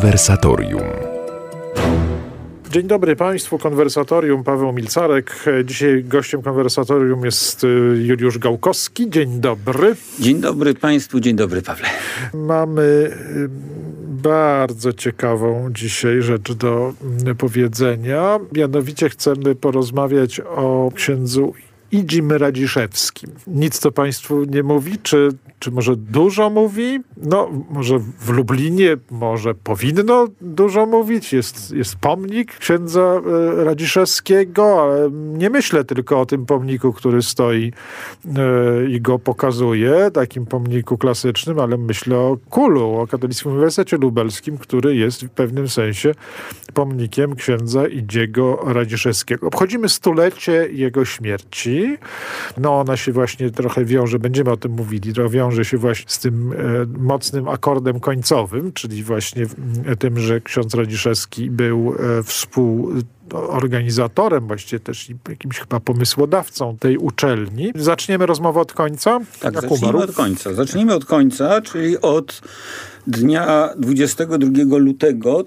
Konwersatorium. Dzień dobry Państwu, Konwersatorium, Paweł Milcarek. Dzisiaj gościem Konwersatorium jest Juliusz Gałkowski. Dzień dobry. Dzień dobry Państwu, dzień dobry Pawle. Mamy bardzo ciekawą dzisiaj rzecz do powiedzenia. Mianowicie chcemy porozmawiać o księdzu Idzim Radziszewskim. Nic to Państwu nie mówi? Czy może dużo mówi? No, może w Lublinie może powinno dużo mówić. Jest pomnik księdza Radziszewskiego, ale nie myślę tylko o tym pomniku, który stoi i go pokazuje, takim pomniku klasycznym, ale myślę o KUL-u, o Katolickim Uniwersytecie Lubelskim, który jest w pewnym sensie pomnikiem księdza Idziego Radziszewskiego. Obchodzimy stulecie jego śmierci. No ona się właśnie trochę wiąże, będziemy o tym mówili, wiąże się właśnie z tym mocnym akordem końcowym, czyli właśnie tym, że ksiądz Radziszewski był współorganizatorem, właściwie też jakimś chyba pomysłodawcą tej uczelni. Zaczniemy rozmowę od końca? Tak, zacznijmy od końca, czyli od dnia 22 lutego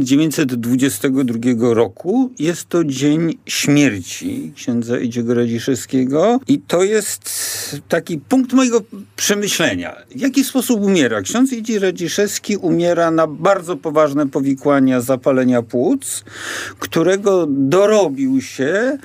1922 roku. Jest to dzień śmierci księdza Idziego Radziszewskiego i to jest taki punkt mojego przemyślenia. W jaki sposób umiera? Ksiądz Idzi Radziszewski umiera na bardzo poważne powikłania zapalenia płuc, którego dorobił się,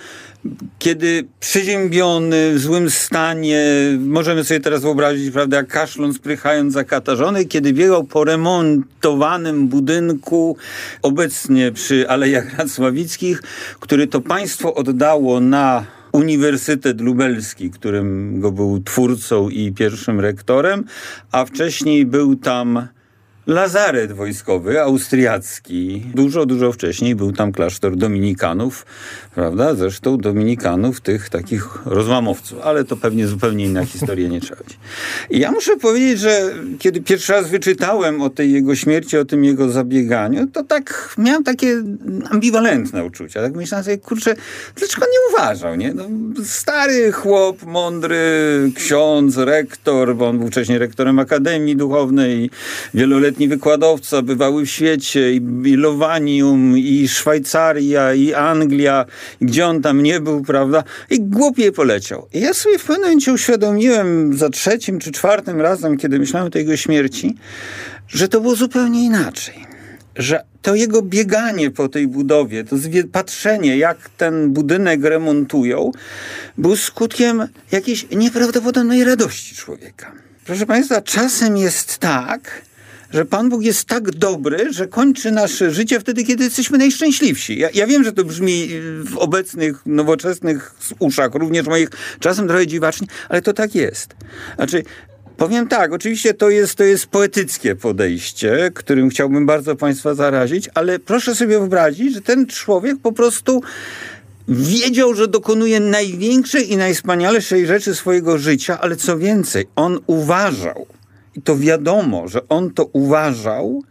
kiedy przeziębiony, w złym stanie, możemy sobie teraz wyobrazić, prawda, jak kaszląc, prychając, zakatarzony, kiedy biegał po remontowanym budynku, obecnie przy Alejach Racławickich, który to państwo oddało na Uniwersytet Lubelski, którym go był twórcą i pierwszym rektorem, a wcześniej był tam lazaret wojskowy, austriacki. Dużo wcześniej był tam klasztor dominikanów, prawda? Zresztą dominikanów, tych takich rozłamowców, ale to pewnie zupełnie inna historia, nie trzeba być. I ja muszę powiedzieć, że kiedy pierwszy raz wyczytałem o tej jego śmierci, o tym jego zabieganiu, to tak miałem takie ambiwalentne uczucia. Tak myślałem sobie, kurczę, dlaczego nie uważał, nie? No, stary chłop, mądry ksiądz, rektor, bo on był wcześniej rektorem Akademii Duchownej i wieloletni wykładowca, bywały w świecie i Lowanium, i Szwajcaria, i Anglia, i gdzie on tam nie był, prawda? I głupie poleciał. I ja sobie w pewnym momencie uświadomiłem za trzecim czy czwartym razem, kiedy myślałem o tej jego śmierci, że to było zupełnie inaczej. Że to jego bieganie po tej budowie, to patrzenie, jak ten budynek remontują, był skutkiem jakiejś nieprawdopodobnej radości człowieka. Proszę Państwa, czasem jest tak, że Pan Bóg jest tak dobry, że kończy nasze życie wtedy, kiedy jesteśmy najszczęśliwsi. Ja wiem, że to brzmi w obecnych, nowoczesnych uszach, również moich, czasem trochę dziwacznie, ale to tak jest. Znaczy, powiem tak, oczywiście to jest poetyckie podejście, którym chciałbym bardzo Państwa zarazić, ale proszę sobie wyobrazić, że ten człowiek po prostu wiedział, że dokonuje największej i najwspanialszej rzeczy swojego życia, ale co więcej, on uważał, i to wiadomo, że on to uważał,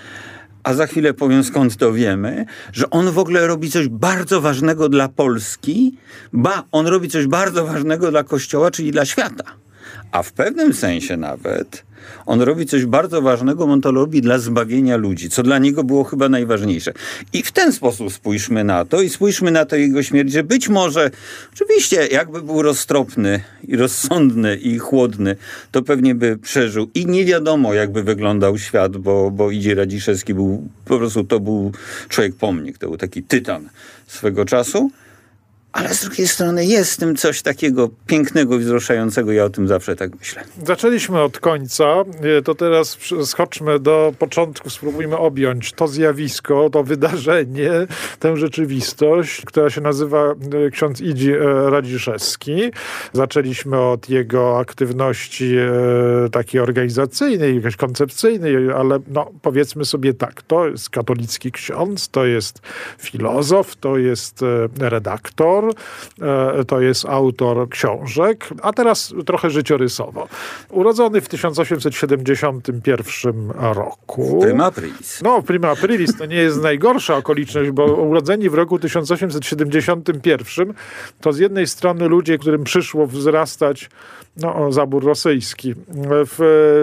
a za chwilę powiem, skąd to wiemy, że on w ogóle robi coś bardzo ważnego dla Polski, on robi coś bardzo ważnego dla Kościoła, czyli dla świata. A w pewnym sensie nawet on robi coś bardzo ważnego, on to robi dla zbawienia ludzi, co dla niego było chyba najważniejsze. I w ten sposób spójrzmy na to i spójrzmy na to jego śmierć, że być może, oczywiście jakby był roztropny i rozsądny i chłodny, to pewnie by przeżył. I nie wiadomo, jakby wyglądał świat, bo Idzi Radziszewski był, po prostu to był człowiek pomnik, to był taki tytan swego czasu. Ale z drugiej strony jest w tym coś takiego pięknego i wzruszającego. Ja o tym zawsze tak myślę. Zaczęliśmy od końca. To teraz skoczmy do początku. Spróbujmy objąć to zjawisko, to wydarzenie, tę rzeczywistość, która się nazywa ksiądz Idzi Radziszewski. Zaczęliśmy od jego aktywności takiej organizacyjnej, jakiejś koncepcyjnej, ale no, powiedzmy sobie tak, to jest katolicki ksiądz, to jest filozof, to jest redaktor, Bol, to jest autor książek, a teraz trochę życiorysowo. Urodzony w 1871 roku. Prima aprilis. No, prima aprilis to nie jest najgorsza okoliczność, bo urodzeni w roku 1871 to z jednej strony ludzie, którym przyszło wzrastać zabór rosyjski w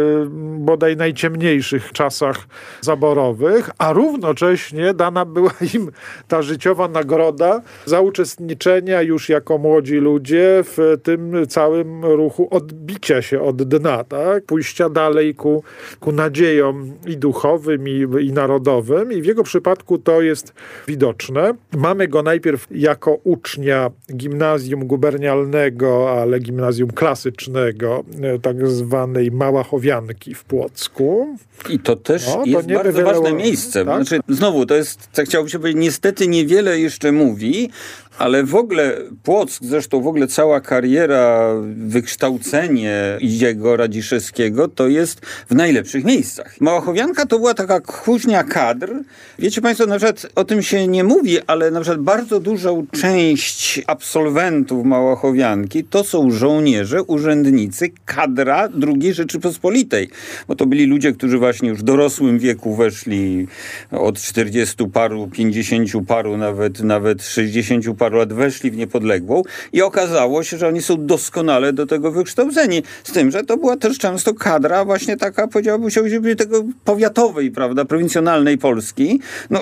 bodaj najciemniejszych czasach zaborowych, a równocześnie dana była im ta życiowa nagroda za uczestniczenia już jako młodzi ludzie w tym całym ruchu odbicia się od dna, tak? Pójścia dalej ku nadziejom i duchowym, i narodowym. I w jego przypadku to jest widoczne. Mamy go najpierw jako ucznia gimnazjum gubernialnego, ale gimnazjum klasycznego, tak zwanej Małachowianki w Płocku. I to też jest bardzo ważne miejsce. Tak? Znaczy, znowu, to jest, tak chciałbym się powiedzieć, niestety niewiele jeszcze mówi, ale w ogóle Płock, zresztą w ogóle cała kariera, wykształcenie Idziego Radziszewskiego to jest w najlepszych miejscach. Małachowianka to była taka kuźnia kadr. Wiecie państwo, na przykład o tym się nie mówi, ale na przykład bardzo dużą część absolwentów Małachowianki to są żołnierze, urzędnicy, kadra II Rzeczypospolitej. Bo to byli ludzie, którzy właśnie już w dorosłym wieku weszli od 40 paru, 50 paru, nawet 60 paru lat weszli w niepodległą i okazało się, że oni są doskonale do tego wykształceni. Z tym, że to była też często kadra właśnie taka, powiedziałbym, tego powiatowej, prawda, prowincjonalnej Polski,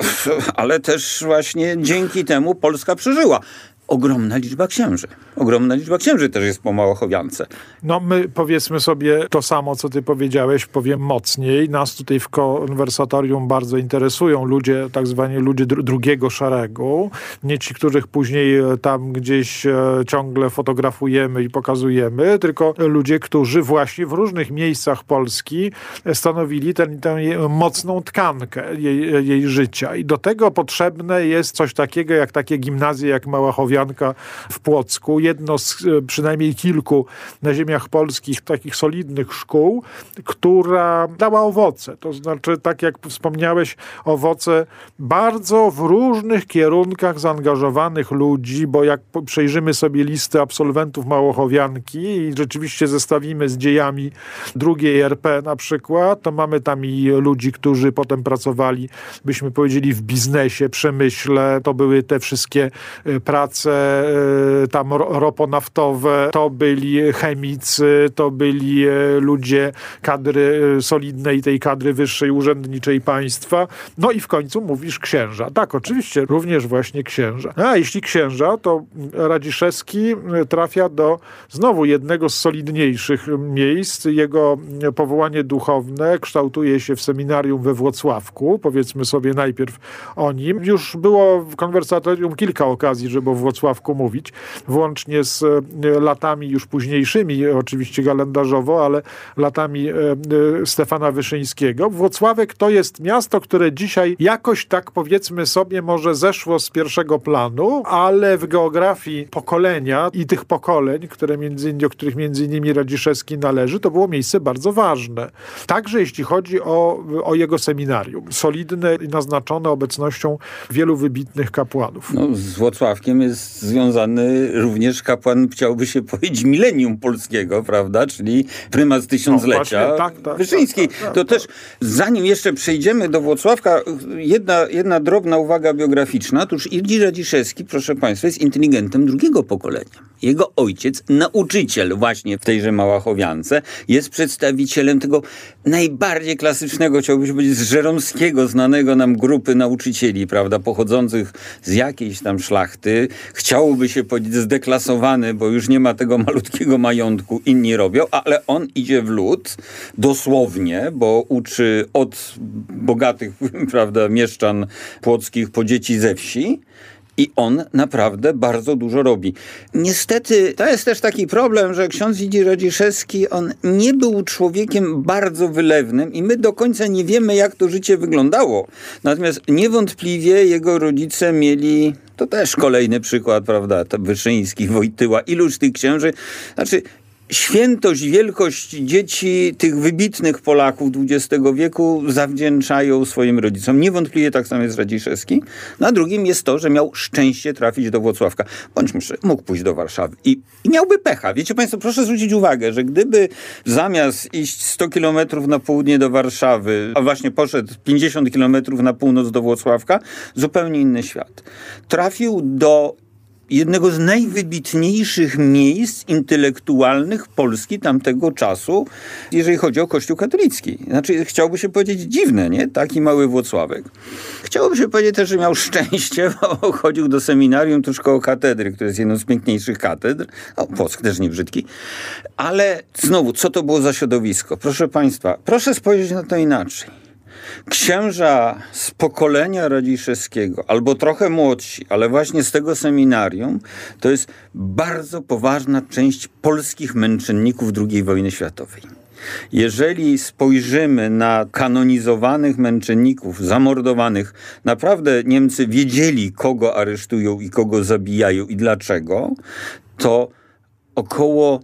ale też właśnie dzięki temu Polska przeżyła. Ogromna liczba księży. Ogromna liczba księży też jest po Małachowiance. My powiedzmy sobie to samo, co ty powiedziałeś, powiem mocniej. Nas tutaj w konwersatorium bardzo interesują ludzie, tak zwani ludzie drugiego szeregu. Nie ci, których później tam gdzieś ciągle fotografujemy i pokazujemy, tylko ludzie, którzy właśnie w różnych miejscach Polski stanowili tę mocną tkankę jej życia. I do tego potrzebne jest coś takiego, jak takie gimnazje, jak Małachowianka w Płocku. Jedno z przynajmniej kilku na ziemiach polskich takich solidnych szkół, która dała owoce. To znaczy, tak jak wspomniałeś, owoce bardzo w różnych kierunkach zaangażowanych ludzi, bo jak przejrzymy sobie listę absolwentów Małachowianki i rzeczywiście zestawimy z dziejami drugiej RP na przykład, to mamy tam i ludzi, którzy potem pracowali, byśmy powiedzieli, w biznesie, przemyśle. To były te wszystkie prace tam roponaftowe, to byli chemicy, to byli ludzie kadry solidnej, tej kadry wyższej, urzędniczej państwa. I w końcu mówisz księża. Tak, oczywiście, również właśnie księża. A jeśli księża, to Radziszewski trafia do znowu jednego z solidniejszych miejsc. Jego powołanie duchowne kształtuje się w seminarium we Włocławku. Powiedzmy sobie najpierw o nim. Już było w konwersatorium kilka okazji, żeby o Włocławku mówić, włącznie z latami już późniejszymi, oczywiście kalendarzowo, ale latami Stefana Wyszyńskiego. Włocławek to jest miasto, które dzisiaj jakoś tak, powiedzmy sobie, może zeszło z pierwszego planu, ale w geografii pokolenia i tych pokoleń, o których między innymi Radziszewski należy, to było miejsce bardzo ważne. Także jeśli chodzi o jego seminarium. Solidne i naznaczone obecnością wielu wybitnych kapłanów. Z Włocławkiem jest związany również kapłan, chciałby się powiedzieć, milenium polskiego, prawda? Czyli prymas tysiąclecia Wyszyński. To też, zanim jeszcze przejdziemy do Włocławka, jedna drobna uwaga biograficzna. Otóż Idzi Radziszewski, proszę państwa, jest inteligentem drugiego pokolenia. Jego ojciec, nauczyciel właśnie w tejże Małachowiance, jest przedstawicielem tego najbardziej klasycznego, chciałbym się powiedzieć, z Żeromskiego, znanego nam grupy nauczycieli, prawda, pochodzących z jakiejś tam szlachty. Chciałoby się powiedzieć zdeklasowany, bo już nie ma tego malutkiego majątku, inni robią, ale on idzie w lud, dosłownie, bo uczy od bogatych, prawda, mieszczan płockich po dzieci ze wsi. I on naprawdę bardzo dużo robi. Niestety, to jest też taki problem, że ksiądz Idzi Radziszewski, on nie był człowiekiem bardzo wylewnym i my do końca nie wiemy, jak to życie wyglądało. Natomiast niewątpliwie jego rodzice mieli, to też kolejny przykład, prawda, to Wyszyński, Wojtyła, iluż tych księży, znaczy świętość, wielkość dzieci tych wybitnych Polaków XX wieku zawdzięczają swoim rodzicom. Niewątpliwie tak samo jest Radziszewski. Na drugim jest to, że miał szczęście trafić do Włocławka. Bądźmy szczerzy, mógł pójść do Warszawy i miałby pecha. Wiecie państwo, proszę zwrócić uwagę, że gdyby zamiast iść 100 kilometrów na południe do Warszawy, a właśnie poszedł 50 kilometrów na północ do Włocławka, zupełnie inny świat. Trafił do jednego z najwybitniejszych miejsc intelektualnych Polski tamtego czasu, jeżeli chodzi o Kościół katolicki. Znaczy, chciałoby się powiedzieć dziwne, nie? Taki mały Włocławek. Chciałoby się powiedzieć też, że miał szczęście, bo chodził do seminarium tuż koło katedry, które jest jedną z piękniejszych katedr. No, Płock też nie brzydki. Ale znowu, co to było za środowisko? Proszę państwa, proszę spojrzeć na to inaczej. Księża z pokolenia Radziszewskiego, albo trochę młodsi, ale właśnie z tego seminarium, to jest bardzo poważna część polskich męczenników II wojny światowej. Jeżeli spojrzymy na kanonizowanych męczenników, zamordowanych, naprawdę Niemcy wiedzieli, kogo aresztują i kogo zabijają i dlaczego, to około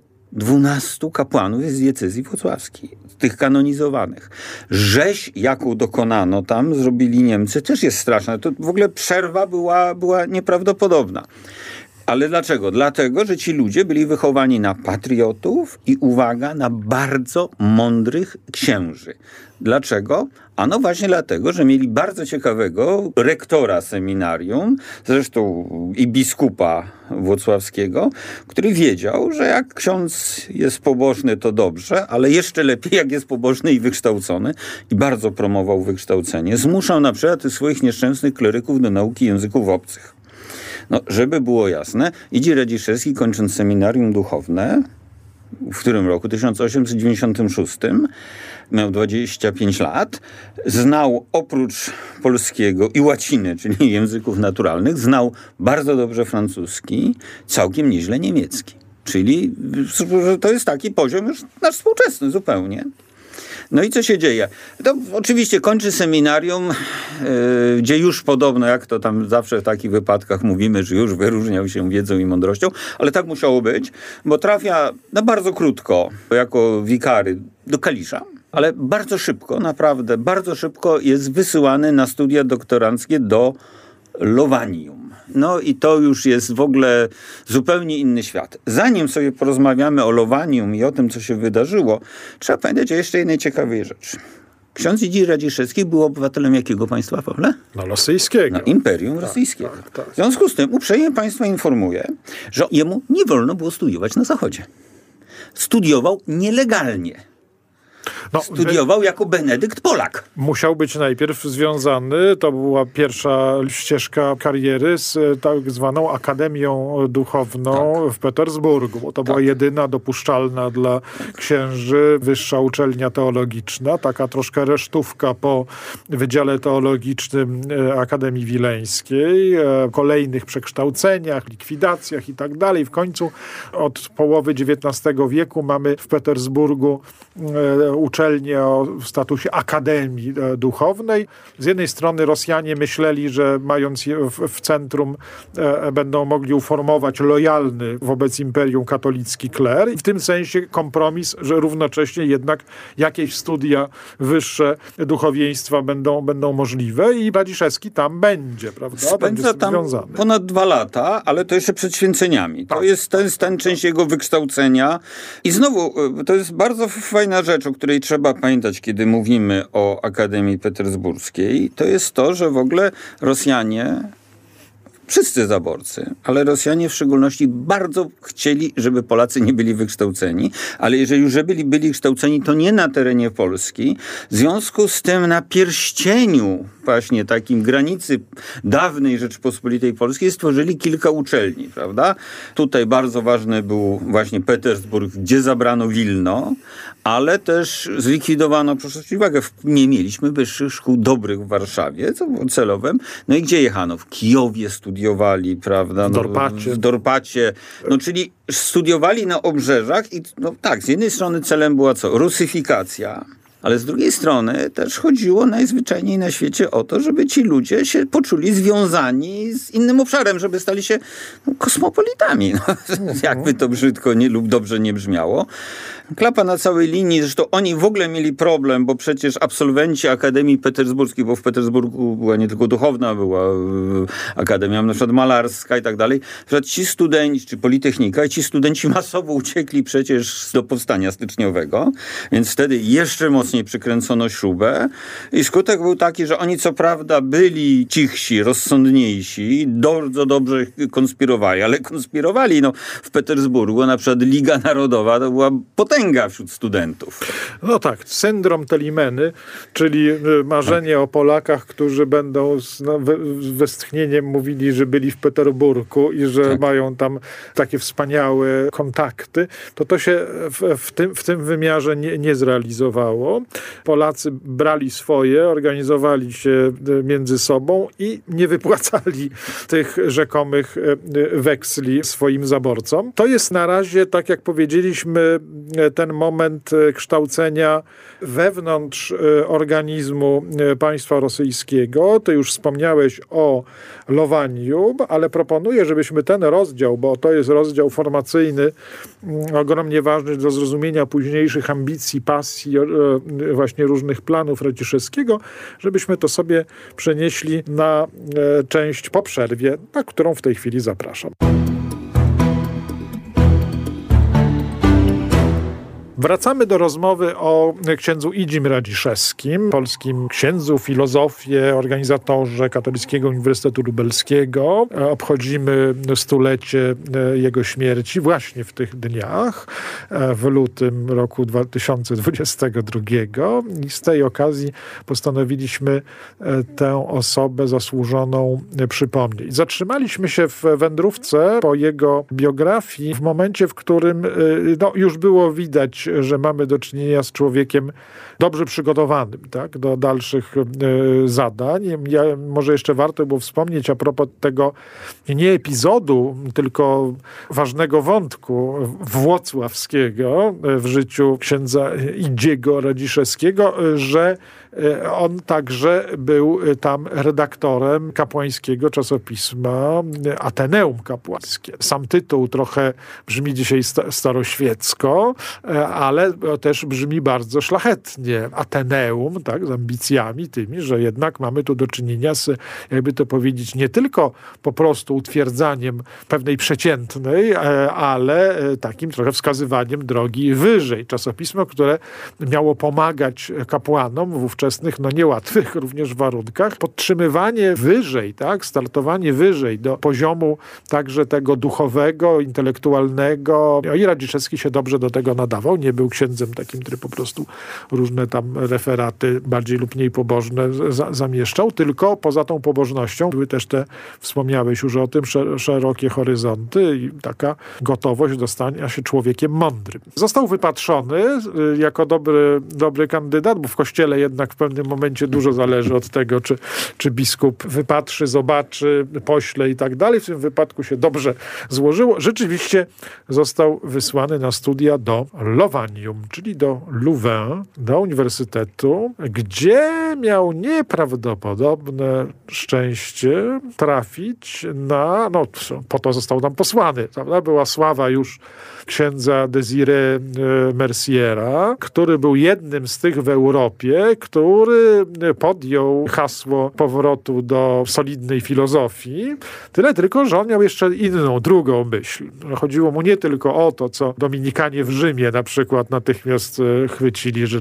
12 kapłanów jest z diecezji włocławskiej, tych kanonizowanych. Rzeź, jaką dokonano tam, zrobili Niemcy, też jest straszna. To w ogóle przerwa była nieprawdopodobna. Ale dlaczego? Dlatego, że ci ludzie byli wychowani na patriotów i uwaga, na bardzo mądrych księży. Dlaczego? Ano właśnie dlatego, że mieli bardzo ciekawego rektora seminarium, zresztą i biskupa włocławskiego, który wiedział, że jak ksiądz jest pobożny, to dobrze, ale jeszcze lepiej, jak jest pobożny i wykształcony, i bardzo promował wykształcenie. Zmuszał na przykład tych swoich nieszczęsnych kleryków do nauki języków obcych. No, żeby było jasne, Idzi Radziszewski, kończąc seminarium duchowne, w którym roku? 1896, miał 25 lat, znał oprócz polskiego i łaciny, czyli języków naturalnych, znał bardzo dobrze francuski, całkiem nieźle niemiecki. Czyli to jest taki poziom już nasz współczesny zupełnie. No i co się dzieje? To oczywiście kończy seminarium, gdzie już podobno, jak to tam zawsze w takich wypadkach mówimy, że już wyróżniał się wiedzą i mądrością, ale tak musiało być, bo trafia na bardzo krótko, jako wikary, do Kalisza, ale bardzo szybko, naprawdę bardzo szybko jest wysyłany na studia doktoranckie do Lowanium. No i to już jest w ogóle zupełnie inny świat. Zanim sobie porozmawiamy o Lowanium i o tym, co się wydarzyło, trzeba pamiętać o jeszcze jednej ciekawej rzeczy. Ksiądz Idzi Radziszewski był obywatelem jakiego państwa, Pawle? No, rosyjskiego. No, Imperium Rosyjskiego. Tak. W związku z tym uprzejmie państwa informuję, że jemu nie wolno było studiować na Zachodzie. Studiował nielegalnie. No, studiował jako Benedykt Polak. Musiał być najpierw związany, to była pierwsza ścieżka kariery z tak zwaną Akademią Duchowną w Petersburgu, bo to była jedyna dopuszczalna dla księży wyższa uczelnia teologiczna, taka troszkę resztówka po Wydziale Teologicznym Akademii Wileńskiej, kolejnych przekształceniach, likwidacjach i tak dalej. W końcu od połowy XIX wieku mamy w Petersburgu uczelnię o statusie Akademii Duchownej. Z jednej strony Rosjanie myśleli, że mając je w centrum będą mogli uformować lojalny wobec imperium katolicki kler i w tym sensie kompromis, że równocześnie jednak jakieś studia wyższe duchowieństwa będą możliwe i Radziszewski tam będzie, prawda? Spędza tam związany. Ponad 2 lata, ale to jeszcze przed święceniami. To jest ten część jego wykształcenia i znowu to jest bardzo fajna rzecz, o której trzeba pamiętać, kiedy mówimy o Akademii Petersburskiej, to jest to, że w ogóle Rosjanie, wszyscy zaborcy, ale Rosjanie w szczególności bardzo chcieli, żeby Polacy nie byli wykształceni, ale jeżeli już byli kształceni, to nie na terenie Polski. W związku z tym na pierścieniu właśnie takim granicy dawnej Rzeczypospolitej Polskiej stworzyli kilka uczelni, prawda? Tutaj bardzo ważny był właśnie Petersburg, gdzie zabrano Wilno, ale też zlikwidowano, proszę zwrócić uwagę, nie mieliśmy wyższych szkół dobrych w Warszawie, co było celowem. No i gdzie jechano? W Kijowie studiowali, prawda? W Dorpacie. No, czyli studiowali na obrzeżach i no tak, z jednej strony celem była co? Rusyfikacja, Ale z drugiej strony też chodziło najzwyczajniej na świecie o to, żeby ci ludzie się poczuli związani z innym obszarem, żeby stali się kosmopolitami. No, jakby to brzydko lub dobrze nie brzmiało. Klapa na całej linii, zresztą oni w ogóle mieli problem, bo przecież absolwenci Akademii Petersburskiej, bo w Petersburgu była nie tylko duchowna, była Akademia na przykład malarska i tak dalej. Ci studenci, czy Politechnika, i ci studenci masowo uciekli przecież do powstania styczniowego, więc wtedy jeszcze mocniej przykręcono śrubę i skutek był taki, że oni co prawda byli cichsi, rozsądniejsi, bardzo dobrze konspirowali, ale konspirowali w Petersburgu, na przykład Liga Narodowa to była potęga wśród studentów. No tak, syndrom Telimeny, czyli marzenie o Polakach, którzy będą z westchnieniem mówili, że byli w Petersburgu i że mają tam takie wspaniałe kontakty, to się w tym wymiarze nie zrealizowało. Polacy brali swoje, organizowali się między sobą i nie wypłacali tych rzekomych weksli swoim zaborcom. To jest na razie, tak jak powiedzieliśmy, ten moment kształcenia wewnątrz organizmu państwa rosyjskiego. Ty już wspomniałeś o Lowanium, ale proponuję, żebyśmy ten rozdział, bo to jest rozdział formacyjny, ogromnie ważny do zrozumienia późniejszych ambicji, pasji, właśnie różnych planów Radziszewskiego, żebyśmy to sobie przenieśli na część po przerwie, na którą w tej chwili zapraszam. Wracamy do rozmowy o księdzu Idzim Radziszewskim, polskim księdzu, filozofie, organizatorze Katolickiego Uniwersytetu Lubelskiego. Obchodzimy stulecie jego śmierci właśnie w tych dniach, w lutym roku 2022. I z tej okazji postanowiliśmy tę osobę zasłużoną przypomnieć. Zatrzymaliśmy się w wędrówce po jego biografii w momencie, w którym już było widać, że mamy do czynienia z człowiekiem dobrze przygotowanym, tak, do dalszych zadań. Może jeszcze warto było wspomnieć a propos tego nie epizodu, tylko ważnego wątku włocławskiego w życiu księdza Idziego Radziszewskiego, że on także był tam redaktorem kapłańskiego czasopisma Ateneum Kapłańskie. Sam tytuł trochę brzmi dzisiaj staroświecko, ale też brzmi bardzo szlachetnie. Ateneum, tak, z ambicjami tymi, że jednak mamy tu do czynienia z, jakby to powiedzieć, nie tylko po prostu utwierdzaniem pewnej przeciętnej, ale takim trochę wskazywaniem drogi wyżej. Czasopismo, które miało pomagać kapłanom w ówczesnych, niełatwych również warunkach. Podtrzymywanie wyżej, tak, startowanie wyżej do poziomu także tego duchowego, intelektualnego. I Radziszewski się dobrze do tego nadawał. Nie był księdzem takim, który po prostu różne tam referaty bardziej lub mniej pobożne zamieszczał, tylko poza tą pobożnością były też te, wspomniałeś już o tym, szerokie horyzonty i taka gotowość do stania się człowiekiem mądrym. Został wypatrzony jako dobry kandydat, bo w kościele jednak w pewnym momencie dużo zależy od tego, czy biskup wypatrzy, zobaczy, pośle i tak dalej. W tym wypadku się dobrze złożyło. Rzeczywiście został wysłany na studia do Lowanium, czyli do Louvain, do uniwersytetu, gdzie miał nieprawdopodobne szczęście trafić na, po to został tam posłany, prawda? Była sława już księdza Désiré Merciera, który był jednym z tych w Europie, który podjął hasło powrotu do solidnej filozofii. Tyle tylko, że on miał jeszcze inną, drugą myśl. Chodziło mu nie tylko o to, co Dominikanie w Rzymie na przykład natychmiast chwycili, że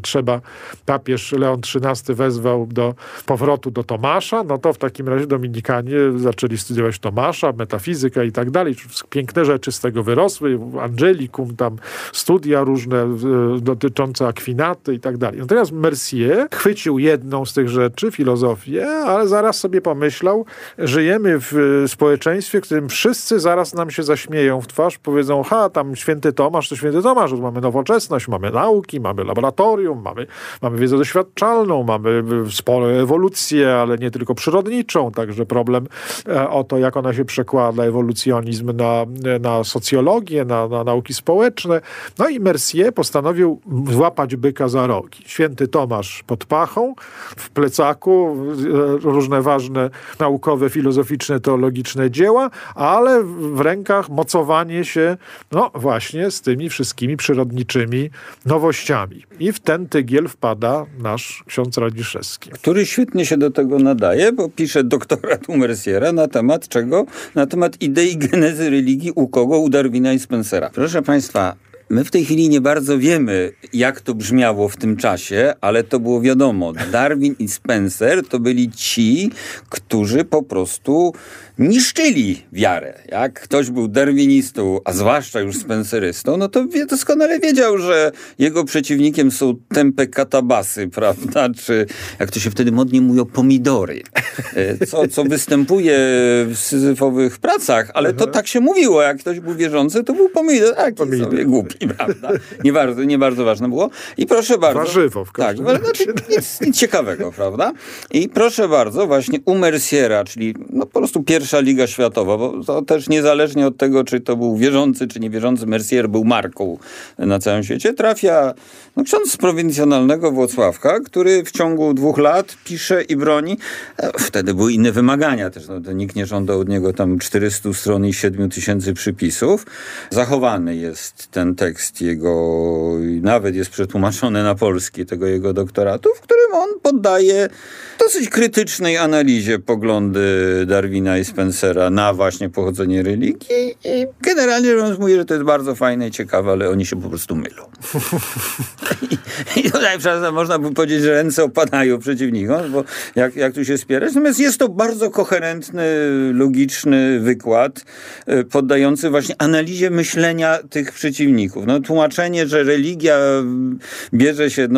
papież Leon XIII wezwał do powrotu do Tomasza, to w takim razie Dominikanie zaczęli studiować Tomasza, metafizyka i tak dalej. Piękne rzeczy z tego wyrosły, Angelikum, tam studia różne dotyczące Akwinaty i tak dalej. Natomiast Mercier chwycił jedną z tych rzeczy, filozofię, ale zaraz sobie pomyślał, żyjemy w społeczeństwie, w którym wszyscy zaraz nam się zaśmieją w twarz, powiedzą, tam święty Tomasz, to święty Tomasz, mamy nowoczesność, mamy nauki, mamy laboratorium, mamy wiedzę doświadczalną, mamy spore ewolucję, ale nie tylko przyrodniczą, także problem o to, jak ona się przekłada, ewolucjonizm na socjologię, na nauki społeczne. No i Mercier postanowił złapać byka za rogi. Święty Tomasz pod pachą, w plecaku różne ważne naukowe, filozoficzne, teologiczne dzieła, ale w rękach mocowanie się właśnie z tymi wszystkimi przyrodniczymi nowościami. I w ten tygiel wpada nasz ksiądz Radziszewski. Który świetnie się do tego nadaje, bo pisze doktorat u Merciera na temat czego? Na temat idei genezy religii u kogo? U Darwina i Spencera. Proszę Państwa, my w tej chwili nie bardzo wiemy, jak to brzmiało w tym czasie, ale to było wiadomo. Darwin i Spencer to byli ci, którzy po prostu niszczyli wiarę. Jak ktoś był darwinistą, a zwłaszcza już spencerystą, no to doskonale wiedział, że jego przeciwnikiem są tępe katabasy, prawda? Czy jak to się wtedy modnie mówiło, pomidory. Co występuje w syzyfowych pracach, ale to tak się mówiło. Jak ktoś był wierzący, to był pomidor. Taki sobie głupi, prawda? Nie bardzo ważne było. I proszę bardzo. Warzywo w każdym razie. Nic ciekawego, prawda? I proszę bardzo, właśnie u Merciera, czyli po prostu pierwsza Liga Światowa, bo to też niezależnie od tego, czy to był wierzący, czy niewierzący, Mercier był marką na całym świecie, trafia ksiądz z prowincjonalnego Włocławka, który w ciągu 2 lat pisze i broni. Wtedy były inne wymagania też. Nikt nie żądał od niego tam 400 stron i 7000 przypisów. Zachowany jest ten tekst jego, nawet jest przetłumaczony na polski, tego jego doktoratu, w którym on poddaje dosyć krytycznej analizie poglądy Darwina i Spencera na właśnie pochodzenie religii i generalnie rzecz mówi, że to jest bardzo fajne i ciekawe, ale oni się po prostu mylą. I tutaj można by powiedzieć, że ręce opadają przeciwnikom, bo jak tu się spierać. Natomiast jest to bardzo koherentny, logiczny wykład poddający właśnie analizie myślenia tych przeciwników. Tłumaczenie, że religia bierze się,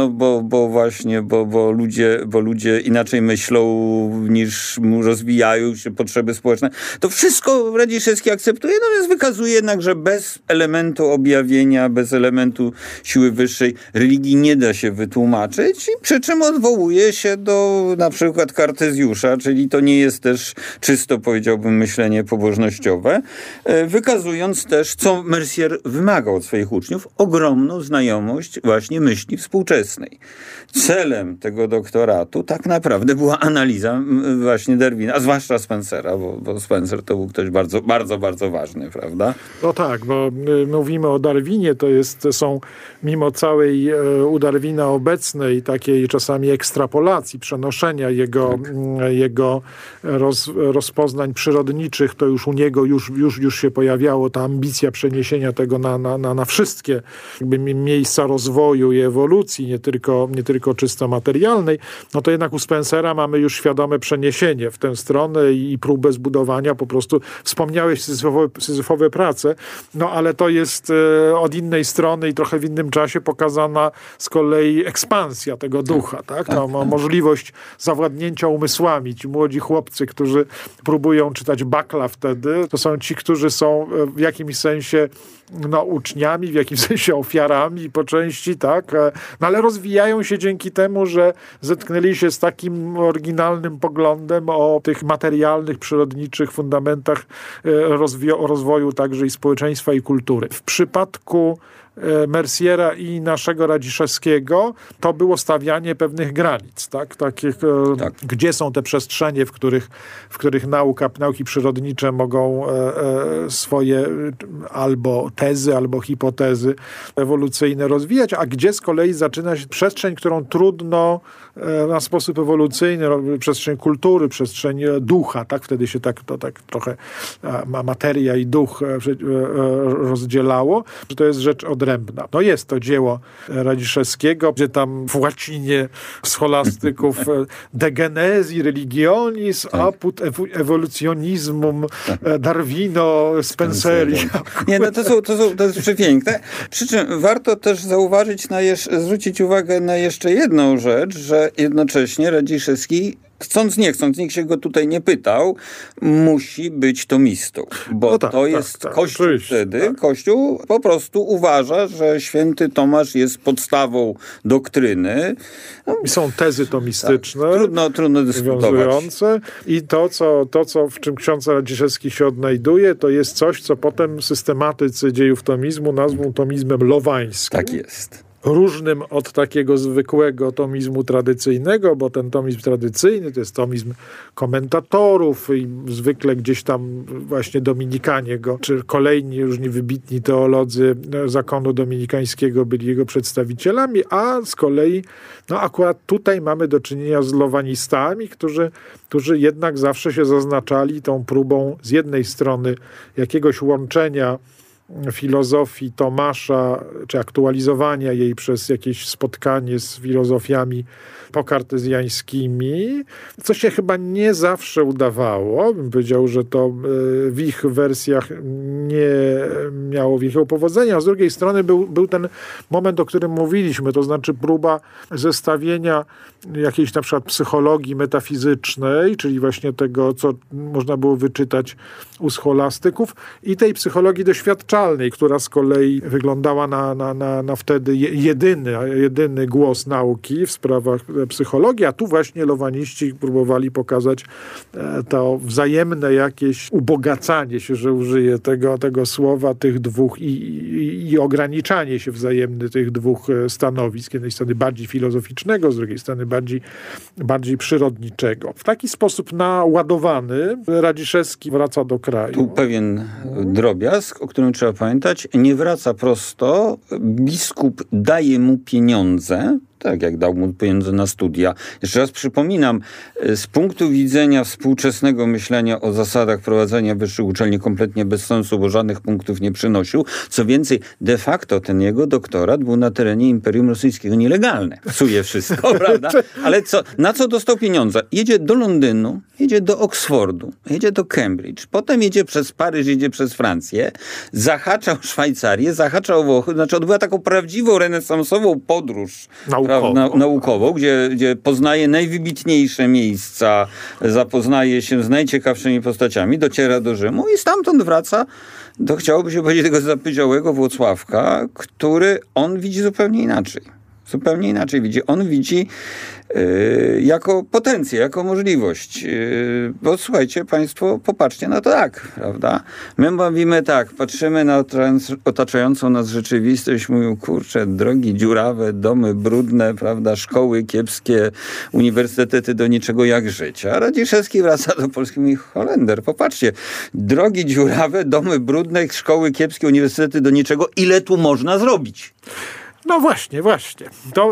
bo ludzie inaczej myślą niż rozwijają się potrzeby społeczne. To wszystko Radziszewski akceptuje, natomiast wykazuje jednak, że bez elementu objawienia, bez elementu siły wyższej religii nie da się wytłumaczyć, i przy czym odwołuje się do na przykład Kartezjusza, czyli to nie jest też czysto, powiedziałbym, myślenie pobożnościowe, wykazując też, co Mercier wymagał od swoich uczniów, ogromną znajomość właśnie myśli współczesnej. Celem tego doktoratu tak naprawdę była analiza właśnie Darwina, a zwłaszcza Spencera, bo Spencer to był ktoś bardzo, bardzo, bardzo ważny, prawda? No tak, bo mówimy o Darwinie, są mimo całej u Darwina obecnej takiej czasami ekstrapolacji, przenoszenia jego rozpoznań przyrodniczych, to już u niego już się pojawiało ta ambicja przeniesienia tego na wszystkie miejsca rozwoju i ewolucji, nie tylko czysto materialnej, no to jednak u Spencera mamy już świadome przeniesienie w tę stronę i próbę zbudowania, po prostu wspomniałeś syzyfowe prace, ale to jest od innej strony i trochę w innym czasie pokazana z kolei ekspansja tego ducha, tak? Możliwość zawładnięcia umysłami. Ci młodzi chłopcy, którzy próbują czytać Bakla wtedy, to są ci, którzy są w jakimś sensie uczniami, w jakimś sensie ofiarami po części, tak? Ale rozwijają się dzięki temu, że zetknęli się z takim oryginalnym poglądem o tych materialnych, przyrodniczych fundamentach rozwoju także i społeczeństwa i kultury. W przypadku Merciera i naszego Radziszewskiego to było stawianie pewnych granic, tak? Takich, gdzie są te przestrzenie, w których nauki przyrodnicze mogą swoje albo tezy, albo hipotezy ewolucyjne rozwijać, a gdzie z kolei zaczyna się przestrzeń, którą trudno na sposób ewolucyjny, przestrzeń kultury, przestrzeń ducha, tak? Wtedy się tak materia i duch rozdzielało, że to jest rzecz odrębna. odrębna. No jest to dzieło Radziszewskiego, gdzie tam w łacinie scholastyków de genesi religionis apud evolutionismum Darwino Spenceri. Nie, no to jest przepiękne. Przy czym warto też zauważyć, zwrócić uwagę na jeszcze jedną rzecz, że jednocześnie Radziszewski, chcąc nie chcąc, nikt się go tutaj nie pytał, musi być tomistą. Bo to jest Kościół wtedy. Tak. Kościół po prostu uważa, że święty Tomasz jest podstawą doktryny. I są tezy tomistyczne. Tak. Trudno dyskutować. I to, co w czym ksiądz Radziszewski się odnajduje, to jest coś, co potem systematycy dziejów tomizmu nazwą tomizmem lowańskim. Tak jest. Różnym od takiego zwykłego tomizmu tradycyjnego, bo ten tomizm tradycyjny to jest tomizm komentatorów i zwykle gdzieś tam właśnie Dominikanie go, czy kolejni różni wybitni teolodzy zakonu dominikańskiego byli jego przedstawicielami, a z kolei akurat tutaj mamy do czynienia z lowanistami, którzy jednak zawsze się zaznaczali tą próbą z jednej strony jakiegoś łączenia filozofii Tomasza, czy aktualizowania jej przez jakieś spotkanie z filozofiami pokartezjańskimi, co się chyba nie zawsze udawało. Bym powiedział, że to w ich wersjach nie miało wielkiego powodzenia. A z drugiej strony był ten moment, o którym mówiliśmy, to znaczy próba zestawienia jakiejś na przykład psychologii metafizycznej, czyli właśnie tego, co można było wyczytać u scholastyków, i tej psychologii doświadczalnej, która z kolei wyglądała na wtedy jedyny głos nauki w sprawach psychologii, a tu właśnie lowaniści próbowali pokazać to wzajemne jakieś ubogacanie się, że użyję tego słowa, tych dwóch i ograniczanie się wzajemne tych dwóch stanowisk. Z jednej strony bardziej filozoficznego, z drugiej strony bardziej przyrodniczego. W taki sposób naładowany Radziszewski wraca do kraju. Tu pewien drobiazg, o którym trzeba pamiętać. Nie wraca prosto. Biskup daje mu pieniądze, tak jak dał mu pieniądze na studia. Jeszcze raz przypominam, z punktu widzenia współczesnego myślenia o zasadach prowadzenia wyższych uczelni kompletnie bez sensu, bo żadnych punktów nie przynosił. Co więcej, de facto ten jego doktorat był na terenie Imperium Rosyjskiego nielegalny. Psuje wszystko, prawda? Ale na co dostał pieniądze? Jedzie do Londynu, jedzie do Oksfordu, jedzie do Cambridge, potem jedzie przez Paryż, jedzie przez Francję, zahacza o Szwajcarię, zahacza o Włochy, znaczy odbywa taką prawdziwą renesansową podróż naukową, gdzie poznaje najwybitniejsze miejsca, zapoznaje się z najciekawszymi postaciami, dociera do Rzymu i stamtąd wraca do, chciałoby się powiedzieć, tego zapyziałego Włocławka, który on widzi zupełnie inaczej. Zupełnie inaczej widzi. On widzi jako potencję, jako możliwość. Bo słuchajcie państwo, popatrzcie na to tak, prawda? My mówimy tak, patrzymy na otaczającą nas rzeczywistość, mówią, kurczę, drogi dziurawe, domy brudne, prawda, szkoły kiepskie, uniwersytety do niczego, jak żyć. A Radziszewski wraca do Polski i mówi, Holender, popatrzcie, drogi dziurawe, domy brudne, szkoły kiepskie, uniwersytety do niczego, ile tu można zrobić? No właśnie. To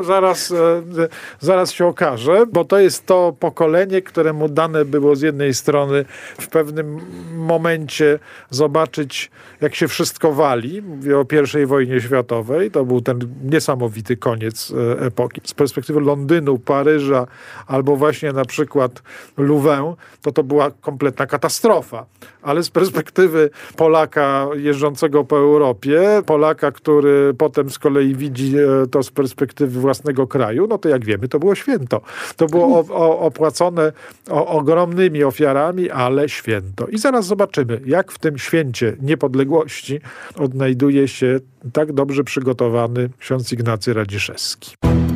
zaraz się okaże, bo to jest to pokolenie, któremu dane było z jednej strony w pewnym momencie zobaczyć, jak się wszystko wali. Mówię o I wojnie światowej. To był ten niesamowity koniec epoki. Z perspektywy Londynu, Paryża albo właśnie na przykład Louvain, to była kompletna katastrofa. Ale z perspektywy Polaka jeżdżącego po Europie, Polaka, który potem z kolei widzi to z perspektywy własnego kraju, no to jak wiemy, to było święto. To było opłacone ogromnymi ofiarami, ale święto. I zaraz zobaczymy, jak w tym święcie niepodległości odnajduje się tak dobrze przygotowany ksiądz Ignacy Radziszewski.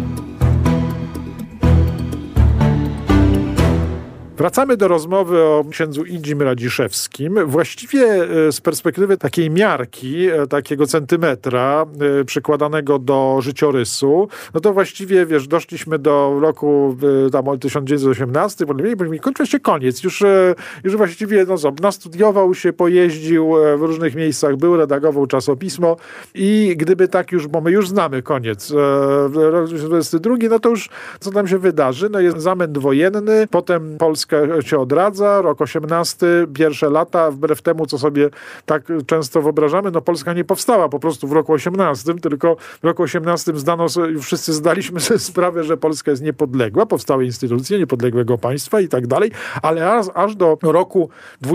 Wracamy do rozmowy o księdzu Idzim Radziszewskim. Właściwie z perspektywy takiej miarki, takiego centymetra przykładanego do życiorysu, no to właściwie, doszliśmy do roku tam 1918, kończył się koniec. Już właściwie nastudiował się, pojeździł w różnych miejscach, był, redagował czasopismo i gdyby tak już, bo my już znamy koniec, rok 2022, no to już co tam się wydarzy? No jest zamęt wojenny, potem Polska Polska się odradza, rok 18, pierwsze lata, wbrew temu, co sobie tak często wyobrażamy, no Polska nie powstała po prostu w roku 18, tylko w roku 18 wszyscy zdaliśmy sobie sprawę, że Polska jest niepodległa, powstały instytucje niepodległego państwa i tak dalej, ale aż do roku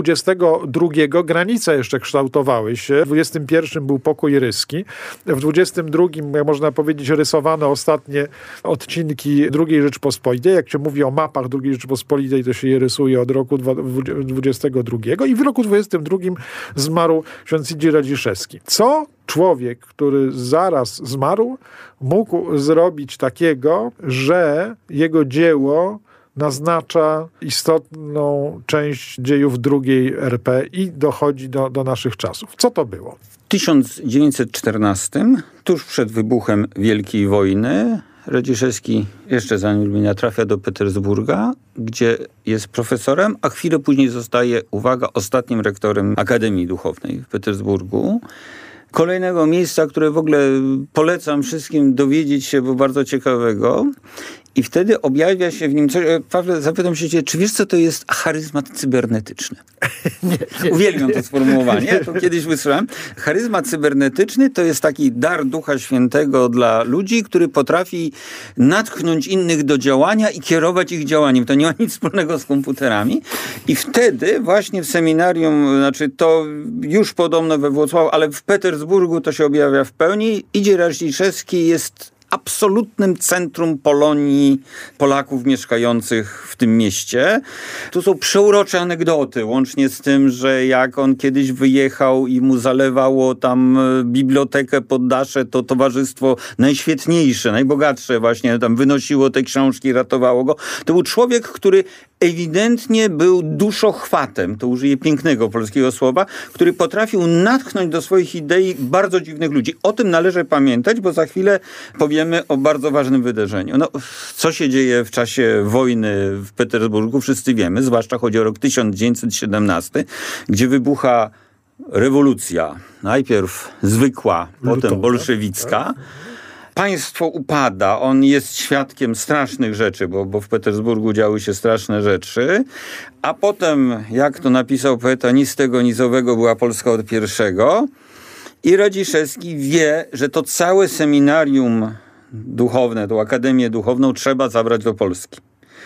22 granice jeszcze kształtowały się. W 21 był pokój ryski, w 22, jak można powiedzieć, rysowano ostatnie odcinki II Rzeczpospolitej. Jak się mówi o mapach II Rzeczpospolitej, to się je rysuje od roku 22 i w roku 22 zmarł ksiądz Idzi Radziszewski. Co człowiek, który zaraz zmarł, mógł zrobić takiego, że jego dzieło naznacza istotną część dziejów II RP i dochodzi do naszych czasów. Co to było? W 1914, tuż przed wybuchem Wielkiej Wojny, Radziszewski jeszcze za Lublina trafia do Petersburga, gdzie jest profesorem, a chwilę później zostaje, uwaga, ostatnim rektorem Akademii Duchownej w Petersburgu. Kolejnego miejsca, które w ogóle polecam wszystkim dowiedzieć się, bo bardzo ciekawego. I wtedy objawia się w nim coś. Pawle, zapytam się, czy wiesz, co to jest charyzmat cybernetyczny? Nie. Uwielbiam to sformułowanie, to kiedyś wysłyszałem. Charyzmat cybernetyczny to jest taki dar Ducha Świętego dla ludzi, który potrafi natchnąć innych do działania i kierować ich działaniem. To nie ma nic wspólnego z komputerami. I wtedy właśnie w seminarium, znaczy to już podobno we Włocławku, ale w Petersburgu to się objawia w pełni. Idzi Radziszewski jest absolutnym centrum Polonii, Polaków mieszkających w tym mieście. Tu są przeurocze anegdoty, łącznie z tym, że jak on kiedyś wyjechał i mu zalewało tam bibliotekę poddasze, to towarzystwo najświetniejsze, najbogatsze właśnie tam wynosiło te książki, ratowało go. To był człowiek, który ewidentnie był duszochwatem, to użyję pięknego polskiego słowa, który potrafił natchnąć do swoich idei bardzo dziwnych ludzi. O tym należy pamiętać, bo za chwilę powiemy o bardzo ważnym wydarzeniu. No, co się dzieje w czasie wojny w Petersburgu, wszyscy wiemy, zwłaszcza chodzi o rok 1917, gdzie wybucha rewolucja. Najpierw zwykła, potem bolszewicka. Państwo upada, on jest świadkiem strasznych rzeczy, bo w Petersburgu działy się straszne rzeczy, a potem, jak to napisał poeta, ni z tego, ni z owego była Polska od pierwszego i Radziszewski wie, że to całe seminarium duchowne, tą Akademię Duchowną trzeba zabrać do Polski.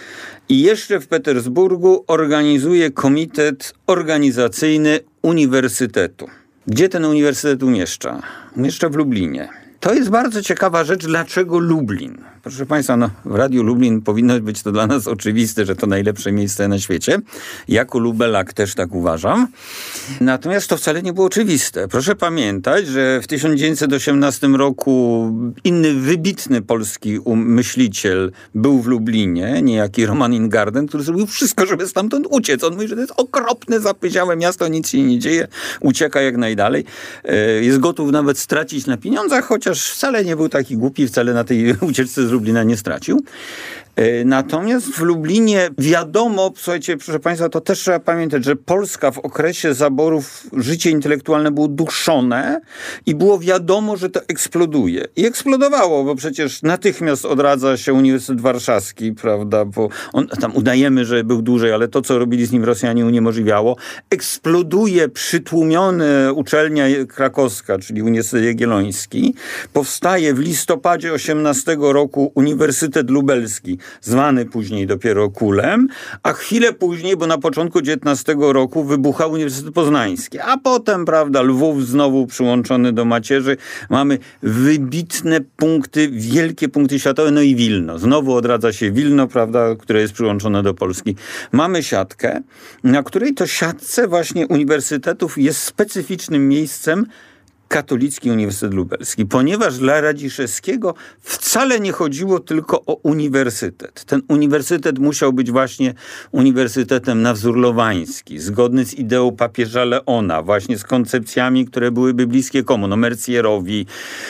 I jeszcze w Petersburgu organizuje komitet organizacyjny uniwersytetu. Gdzie ten uniwersytet umieszcza? Umieszcza w Lublinie. To jest bardzo ciekawa rzecz, dlaczego Lublin. Proszę Państwa, no, w Radiu Lublin powinno być to dla nas oczywiste, że to najlepsze miejsce na świecie. Jako lubelak też tak uważam. Natomiast to wcale nie było oczywiste. Proszę pamiętać, że w 1918 roku inny wybitny polski myśliciel był w Lublinie, niejaki Roman Ingarden, który zrobił wszystko, żeby stamtąd uciec. On mówi, że to jest okropne, zapyziałe miasto, nic się nie dzieje, ucieka jak najdalej. Jest gotów nawet stracić na pieniądzach, chociaż wcale nie był taki głupi, wcale na tej ucieczce z Lublina nie stracił. Natomiast w Lublinie wiadomo, słuchajcie, proszę Państwa, to też trzeba pamiętać, że Polska w okresie zaborów, życie intelektualne było duszone i było wiadomo, że to eksploduje. I eksplodowało, bo przecież natychmiast odradza się Uniwersytet Warszawski, prawda, bo on, tam udajemy, że był dłużej, ale to, co robili z nim Rosjanie, uniemożliwiało. Eksploduje przytłumiony uczelnia krakowska, czyli Uniwersytet Jagielloński. Powstaje w listopadzie 18 roku Uniwersytet Lubelski, zwany później dopiero KUL-em, a chwilę później, bo na początku XIX roku wybucha Uniwersytet Poznański, a potem, prawda, Lwów znowu przyłączony do macierzy. Mamy wybitne punkty, wielkie punkty światowe, no i Wilno. Znowu odradza się Wilno, prawda, które jest przyłączone do Polski. Mamy siatkę, na której to siatce właśnie uniwersytetów jest specyficznym miejscem Katolicki Uniwersytet Lubelski, ponieważ dla Radziszewskiego wcale nie chodziło tylko o uniwersytet. Ten uniwersytet musiał być właśnie uniwersytetem na wzór lowański, zgodny z ideą papieża Leona, właśnie z koncepcjami, które byłyby bliskie komu? No Mercierowi,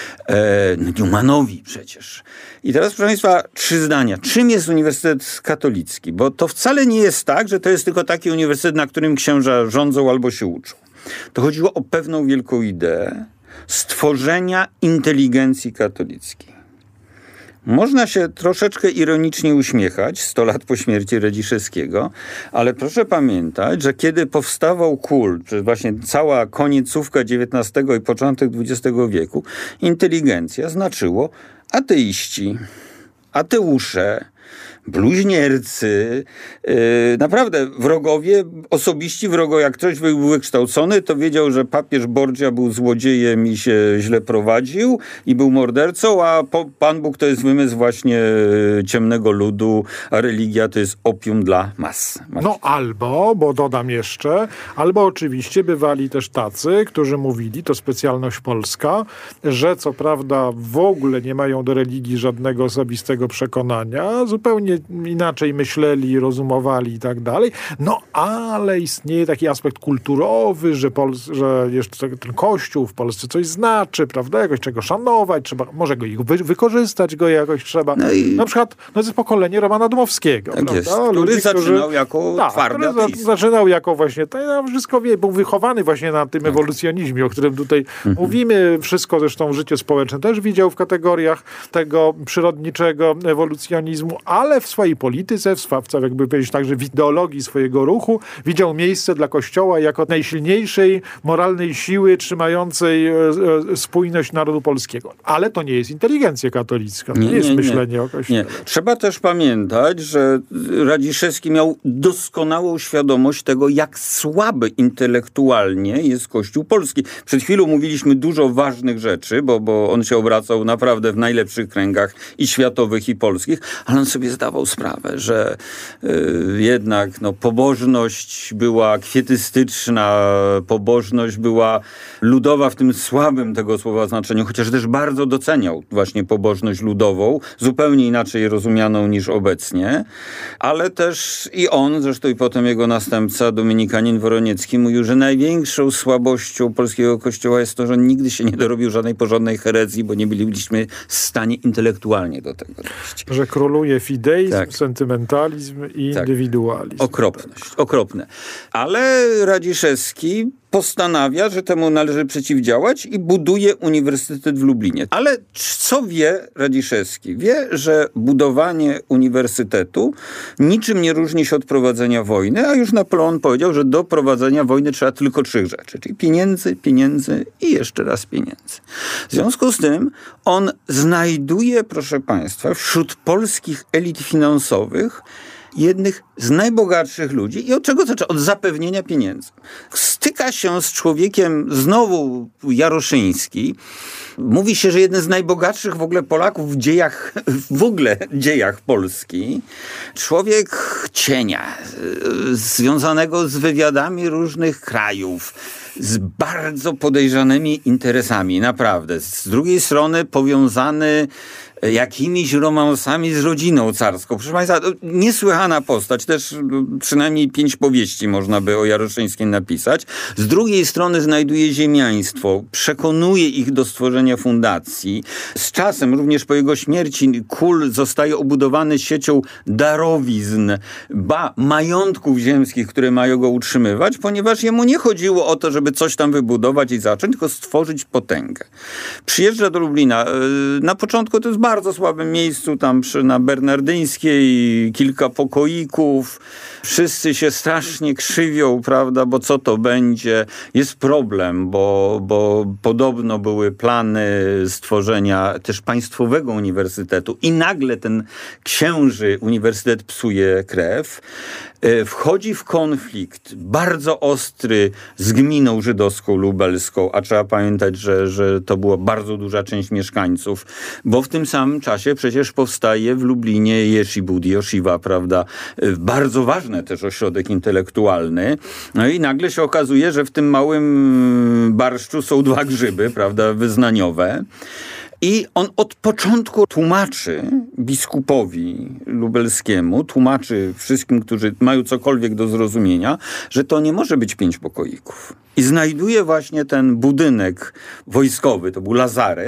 Newmanowi przecież. I teraz, proszę Państwa, 3 zdania. Czym jest Uniwersytet Katolicki? Bo to wcale nie jest tak, że to jest tylko taki uniwersytet, na którym księża rządzą albo się uczą. To chodziło o pewną wielką ideę stworzenia inteligencji katolickiej. Można się troszeczkę ironicznie uśmiechać 100 lat po śmierci Radziszewskiego, ale proszę pamiętać, że kiedy powstawał kult, właśnie cała koniecówka XIX i początek XX wieku, inteligencja znaczyło ateiści, ateusze, bluźniercy, naprawdę wrogowie, osobiści wrogowie. Jak ktoś był wykształcony, to wiedział, że papież Borgia był złodziejem i się źle prowadził i był mordercą, a Pan Bóg to jest wymysł właśnie ciemnego ludu, a religia to jest opium dla mas. No albo, bo dodam jeszcze, albo oczywiście bywali też tacy, którzy mówili, to specjalność polska, że co prawda w ogóle nie mają do religii żadnego osobistego przekonania, zupełnie inaczej myśleli, rozumowali i tak dalej, no ale istnieje taki aspekt kulturowy, że jeszcze ten Kościół w Polsce coś znaczy, prawda, jakoś czego szanować, trzeba, może go wykorzystać go jakoś trzeba. No i na przykład to jest pokolenie Romana Dmowskiego, tak prawda? jest, który zaczynał jako twardy ateist. Zaczynał jako właśnie, wszystko wie, był wychowany właśnie na tym ewolucjonizmie, o którym tutaj mówimy. Wszystko zresztą życie społeczne też widział w kategoriach tego przyrodniczego ewolucjonizmu, ale w swojej polityce, jakby powiedzieć tak, że w ideologii swojego ruchu widział miejsce dla Kościoła jako najsilniejszej moralnej siły trzymającej spójność narodu polskiego. Ale to nie jest inteligencja katolicka. To nie jest myślenie o Kościele. Trzeba też pamiętać, że Radziszewski miał doskonałą świadomość tego, jak słaby intelektualnie jest Kościół polski. Przed chwilą mówiliśmy dużo ważnych rzeczy, bo on się obracał naprawdę w najlepszych kręgach i światowych, i polskich, ale on sobie zdawał sprawę, że jednak pobożność była kwietystyczna, pobożność była ludowa w tym słabym tego słowa znaczeniu, chociaż też bardzo doceniał właśnie pobożność ludową, zupełnie inaczej rozumianą niż obecnie, ale też i on, zresztą i potem jego następca, dominikanin Woroniecki, mówił, że największą słabością polskiego kościoła jest to, że nigdy się nie dorobił żadnej porządnej herezji, bo nie byliśmy w stanie intelektualnie do tego dojść. Że króluje fideizm, sentymentalizm i indywidualizm. Okropne. Ale Radziszewski postanawia, że temu należy przeciwdziałać i buduje Uniwersytet w Lublinie. Ale co wie Radziszewski? Wie, że budowanie uniwersytetu niczym nie różni się od prowadzenia wojny, a już Napoleon powiedział, że do prowadzenia wojny trzeba tylko 3 rzeczy, czyli pieniędzy i jeszcze raz pieniędzy. W związku z tym on znajduje, proszę państwa, wśród polskich elit finansowych jednych z najbogatszych ludzi. I od czego zaczyna? Od zapewnienia pieniędzy. Styka się z człowiekiem znowu Jaroszyński. Mówi się, że jeden z najbogatszych w ogóle Polaków w dziejach Polski. Człowiek cienia, związanego z wywiadami różnych krajów, z bardzo podejrzanymi interesami, naprawdę. Z drugiej strony powiązany jakimiś romansami z rodziną carską. Proszę państwa, niesłychana postać. Też przynajmniej 5 powieści można by o Jaroszyńskim napisać. Z drugiej strony znajduje ziemiaństwo, przekonuje ich do stworzenia fundacji. Z czasem, również po jego śmierci, KUL zostaje obudowany siecią darowizn, majątków ziemskich, które mają go utrzymywać, ponieważ jemu nie chodziło o to, żeby coś tam wybudować i zacząć, tylko stworzyć potęgę. Przyjeżdża do Lublina. Na początku to jest bardzo słabym miejscu, tam na Bernardyńskiej, kilka pokoików. Wszyscy się strasznie krzywią, prawda, bo co to będzie? Jest problem, bo podobno były plany stworzenia też państwowego uniwersytetu i nagle ten księży uniwersytet psuje krew. Wchodzi w konflikt bardzo ostry z gminą żydowską lubelską, a trzeba pamiętać, że to była bardzo duża część mieszkańców, bo w tym samym czasie przecież powstaje w Lublinie Yeshiva, prawda, bardzo ważny też ośrodek intelektualny. No i nagle się okazuje, że w tym małym barszczu są 2 grzyby, prawda, wyznaniowe. I on od początku tłumaczy biskupowi lubelskiemu, tłumaczy wszystkim, którzy mają cokolwiek do zrozumienia, że to nie może być 5 pokoików. I znajduje właśnie ten budynek wojskowy, to był lazaret,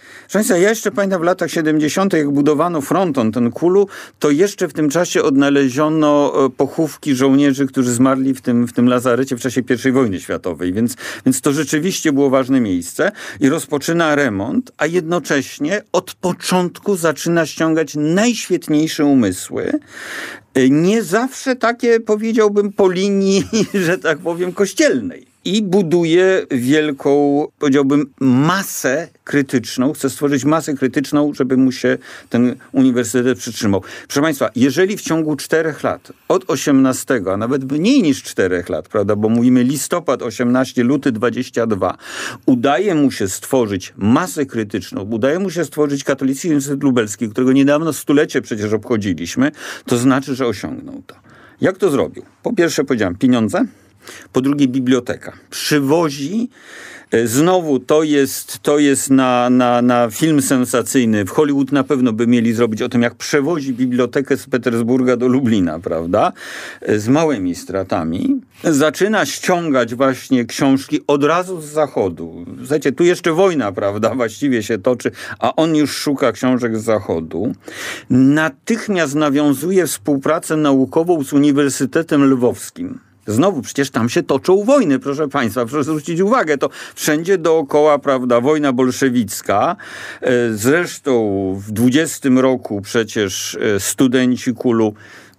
Proszę Państwa, ja jeszcze pamiętam w latach 70., jak budowano fronton, ten Kulu, to jeszcze w tym czasie odnaleziono pochówki żołnierzy, którzy zmarli w tym lazarecie w czasie I wojny światowej, więc to rzeczywiście było ważne miejsce i rozpoczyna remont, a jednocześnie od początku zaczyna ściągać najświetniejsze umysły. Nie zawsze takie, powiedziałbym, po linii, że tak powiem, kościelnej. I buduje wielką, powiedziałbym, masę krytyczną. Chce stworzyć masę krytyczną, żeby mu się ten uniwersytet przytrzymał. Proszę Państwa, jeżeli w ciągu 4 lat, od 18, a nawet mniej niż 4 lat, prawda, bo mówimy listopad 18, luty 22, udaje mu się stworzyć masę krytyczną, udaje mu się stworzyć Katolicki Uniwersytet Lubelski, którego niedawno stulecie przecież obchodziliśmy, to znaczy, że osiągnął to. Jak to zrobił? Po pierwsze powiedziałem, pieniądze. Po drugie, biblioteka. Przywozi, znowu to jest na film sensacyjny. W Hollywood na pewno by mieli zrobić o tym, jak przewozi bibliotekę z Petersburga do Lublina, prawda? Z małymi stratami. Zaczyna ściągać właśnie książki od razu z zachodu. Słuchajcie, tu jeszcze wojna, prawda, właściwie się toczy, a on już szuka książek z zachodu. Natychmiast nawiązuje współpracę naukową z Uniwersytetem Lwowskim. Znowu, przecież tam się toczą wojny, proszę Państwa, proszę zwrócić uwagę, to wszędzie dookoła, prawda, wojna bolszewicka. Zresztą w 20 roku przecież studenci Kulu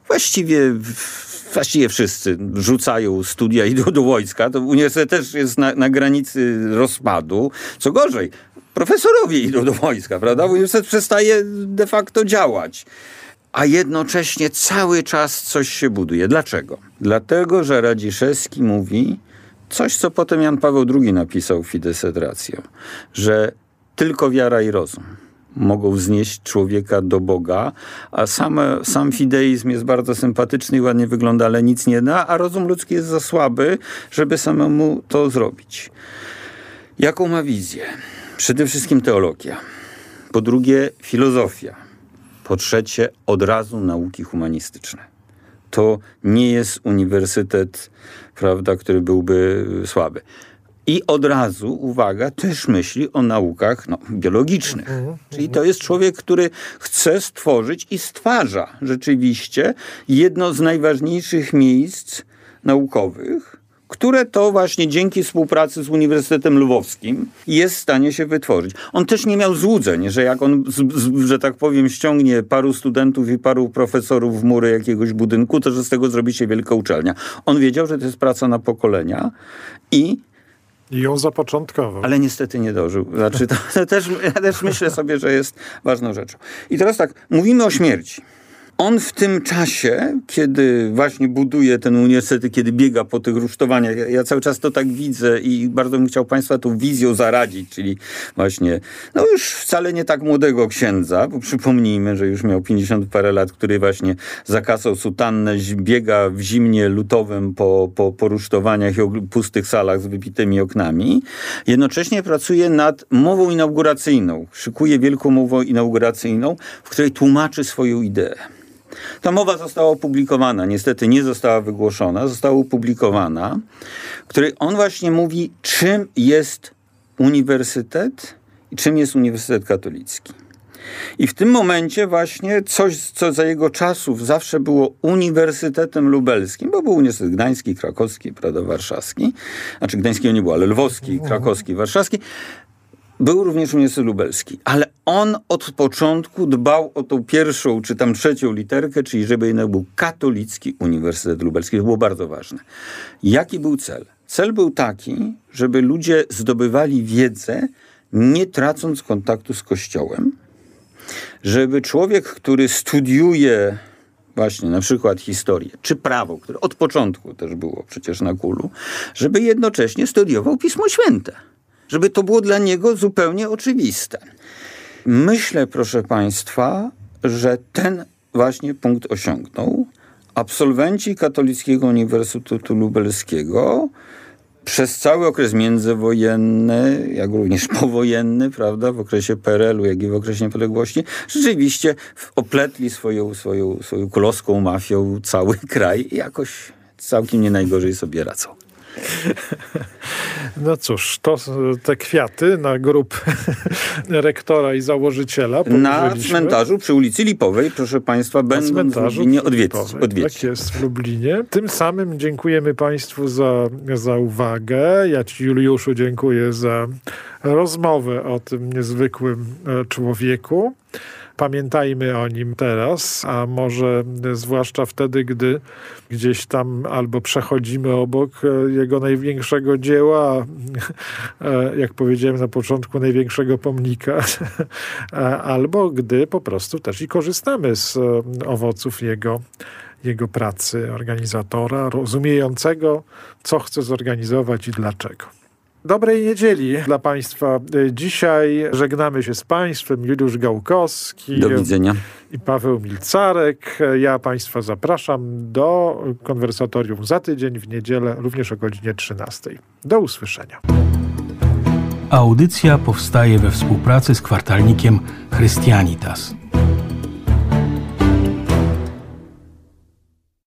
właściwie wszyscy rzucają studia i idą do wojska. To uniwersytet też jest na granicy rozpadu. Co gorzej, profesorowie idą do wojska, prawda? Uniwersytet przestaje de facto działać. A jednocześnie cały czas coś się buduje. Dlaczego? Dlatego, że Radziszewski mówi coś, co potem Jan Paweł II napisał w Fides et Ratio, że tylko wiara i rozum mogą wznieść człowieka do Boga, a sam fideizm jest bardzo sympatyczny i ładnie wygląda, ale nic nie da, a rozum ludzki jest za słaby, żeby samemu to zrobić. Jaką ma wizję? Przede wszystkim teologia. Po drugie, filozofia. Po trzecie, od razu nauki humanistyczne. To nie jest uniwersytet, prawda, który byłby słaby. I od razu, uwaga, też myśli o naukach biologicznych. Czyli to jest człowiek, który chce stworzyć i stwarza rzeczywiście jedno z najważniejszych miejsc naukowych, które to właśnie dzięki współpracy z Uniwersytetem Lwowskim jest w stanie się wytworzyć. On też nie miał złudzeń, że jak on, że tak powiem, ściągnie paru studentów i paru profesorów w mury jakiegoś budynku, to że z tego zrobi się wielka uczelnia. On wiedział, że to jest praca na pokolenia i ją zapoczątkował. Ale niestety nie dożył. Znaczy, ja też myślę sobie, że jest ważną rzeczą. I teraz tak, mówimy o śmierci. On w tym czasie, kiedy właśnie buduje ten uniwersytet, kiedy biega po tych rusztowaniach, ja cały czas to tak widzę i bardzo bym chciał Państwa tą wizją zaradzić, czyli właśnie, już wcale nie tak młodego księdza, bo przypomnijmy, że już miał 50 parę lat, który właśnie zakasał sutannę, biega w zimnie lutowym po rusztowaniach i pustych salach z wybitymi oknami. Jednocześnie pracuje nad mową inauguracyjną. Szykuje wielką mowę inauguracyjną, w której tłumaczy swoją ideę. Ta mowa została opublikowana, niestety nie została wygłoszona, została opublikowana, w której on właśnie mówi, czym jest uniwersytet i czym jest Uniwersytet Katolicki. I w tym momencie właśnie coś, co za jego czasów zawsze było Uniwersytetem Lubelskim, bo był Uniwersytet Gdański, Krakowski, prawda, Warszawski, znaczy Gdańskiego nie było, ale Lwowski, Krakowski, Warszawski, był również Uniwersytet Lubelski, ale on od początku dbał o tą pierwszą, czy tam trzecią literkę, czyli żeby jednak był Katolicki Uniwersytet Lubelski. To było bardzo ważne. Jaki był cel? Cel był taki, żeby ludzie zdobywali wiedzę, nie tracąc kontaktu z Kościołem. Żeby człowiek, który studiuje właśnie na przykład historię, czy prawo, które od początku też było przecież na Kulu, żeby jednocześnie studiował Pismo Święte. Żeby to było dla niego zupełnie oczywiste. Myślę, proszę Państwa, że ten właśnie punkt osiągnął. Absolwenci Katolickiego Uniwersytetu Lubelskiego przez cały okres międzywojenny, jak również powojenny, prawda, w okresie PRL-u, jak i w okresie niepodległości, rzeczywiście opletli swoją królowską mafią cały kraj i jakoś całkiem nie najgorzej sobie radzą. No cóż, to te kwiaty na grób rektora i założyciela na cmentarzu przy ulicy Lipowej, proszę Państwa, będą w Lublinie odwiedzić. Tak jest, w Lublinie. Tym samym dziękujemy Państwu za uwagę. Ja Ci, Juliuszu, dziękuję za rozmowę o tym niezwykłym człowieku. Pamiętajmy o nim teraz, a może zwłaszcza wtedy, gdy gdzieś tam albo przechodzimy obok jego największego dzieła, jak powiedziałem na początku, największego pomnika, albo gdy po prostu też i korzystamy z owoców jego pracy organizatora, rozumiejącego, co chce zorganizować i dlaczego. Dobrej niedzieli dla Państwa. Dzisiaj żegnamy się z Państwem. Juliusz Gałkowski. Do widzenia. I Paweł Milcarek. Ja Państwa zapraszam do konwersatorium za tydzień w niedzielę, również o godzinie 13:00. Do usłyszenia. Audycja powstaje we współpracy z kwartalnikiem Christianitas.